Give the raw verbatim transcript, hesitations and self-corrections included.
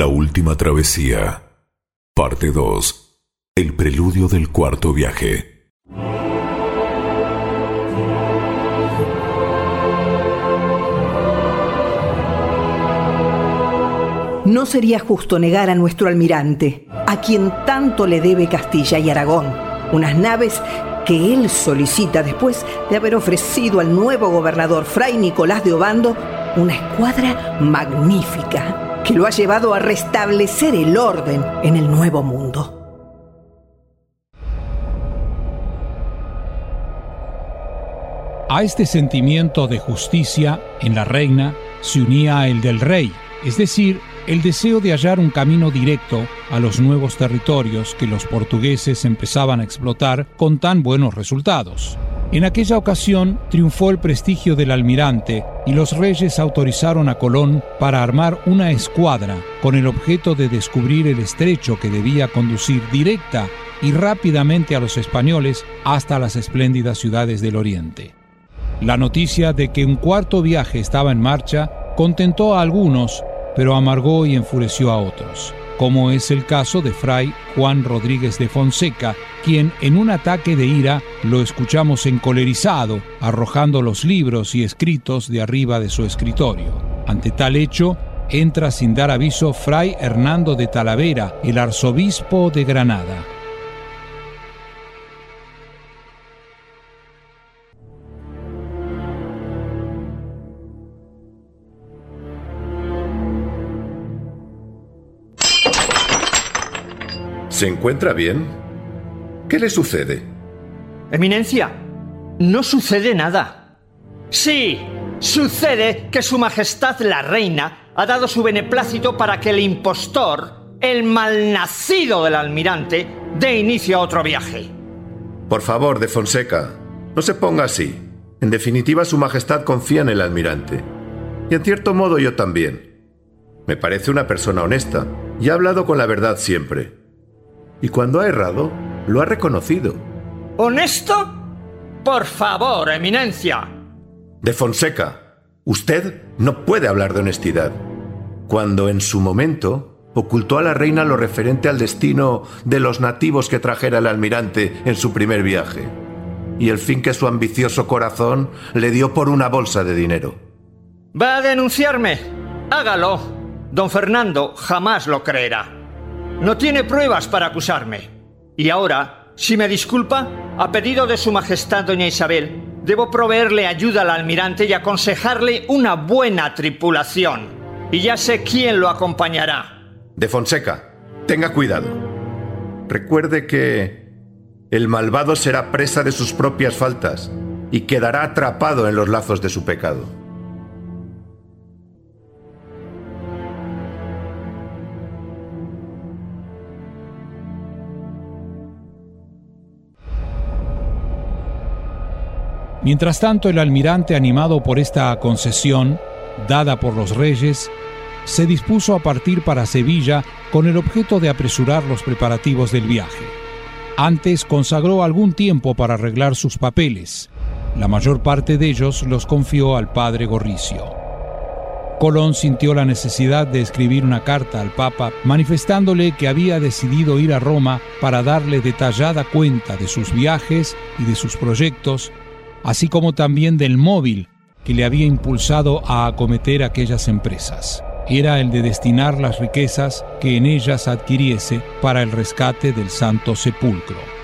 La última travesía. Parte dos. El preludio del cuarto viaje. No sería justo negar a nuestro almirante, a quien tanto le debe Castilla y Aragón, unas naves que él solicita después de haber ofrecido al nuevo gobernador Fray Nicolás de Obando una escuadra magnífica que lo ha llevado a restablecer el orden en el Nuevo Mundo. A este sentimiento de justicia en la reina se unía el del rey, es decir, el deseo de hallar un camino directo a los nuevos territorios que los portugueses empezaban a explotar con tan buenos resultados. En aquella ocasión triunfó el prestigio del almirante y los reyes autorizaron a Colón para armar una escuadra con el objeto de descubrir el estrecho que debía conducir directa y rápidamente a los españoles hasta las espléndidas ciudades del Oriente. La noticia de que un cuarto viaje estaba en marcha contentó a algunos, pero amargó y enfureció a otros, como es el caso de Fray Juan Rodríguez de Fonseca, quien en un ataque de ira lo escuchamos encolerizado, arrojando los libros y escritos de arriba de su escritorio. Ante tal hecho, entra sin dar aviso Fray Hernando de Talavera, el arzobispo de Granada. ¿Se encuentra bien? ¿Qué le sucede? Eminencia, no sucede nada. Sí, sucede que Su Majestad la Reina ha dado su beneplácito para que el impostor, el malnacido del almirante, dé inicio a otro viaje. Por favor, de Fonseca, no se ponga así. En definitiva, Su Majestad confía en el almirante. Y en cierto modo yo también. Me parece una persona honesta y ha hablado con la verdad siempre. Y cuando ha errado, lo ha reconocido. ¿Honesto? Por favor, Eminencia. De Fonseca, usted no puede hablar de honestidad. Cuando en su momento ocultó a la reina lo referente al destino de los nativos que trajera el almirante en su primer viaje, y el fin que su ambicioso corazón le dio por una bolsa de dinero. ¿Va a denunciarme? Hágalo. Don Fernando jamás lo creerá. No tiene pruebas para acusarme. Y ahora, si me disculpa, a pedido de Su Majestad Doña Isabel, debo proveerle ayuda al almirante y aconsejarle una buena tripulación. Y ya sé quién lo acompañará. De Fonseca, tenga cuidado. Recuerde que el malvado será presa de sus propias faltas y quedará atrapado en los lazos de su pecado. Mientras tanto, el almirante, animado por esta concesión dada por los reyes, se dispuso a partir para Sevilla con el objeto de apresurar los preparativos del viaje. Antes consagró algún tiempo para arreglar sus papeles. La mayor parte de ellos los confió al padre Gorricio. Colón sintió la necesidad de escribir una carta al Papa manifestándole que había decidido ir a Roma para darle detallada cuenta de sus viajes y de sus proyectos, así como también del móvil que le había impulsado a acometer aquellas empresas. Era el de destinar las riquezas que en ellas adquiriese para el rescate del Santo Sepulcro.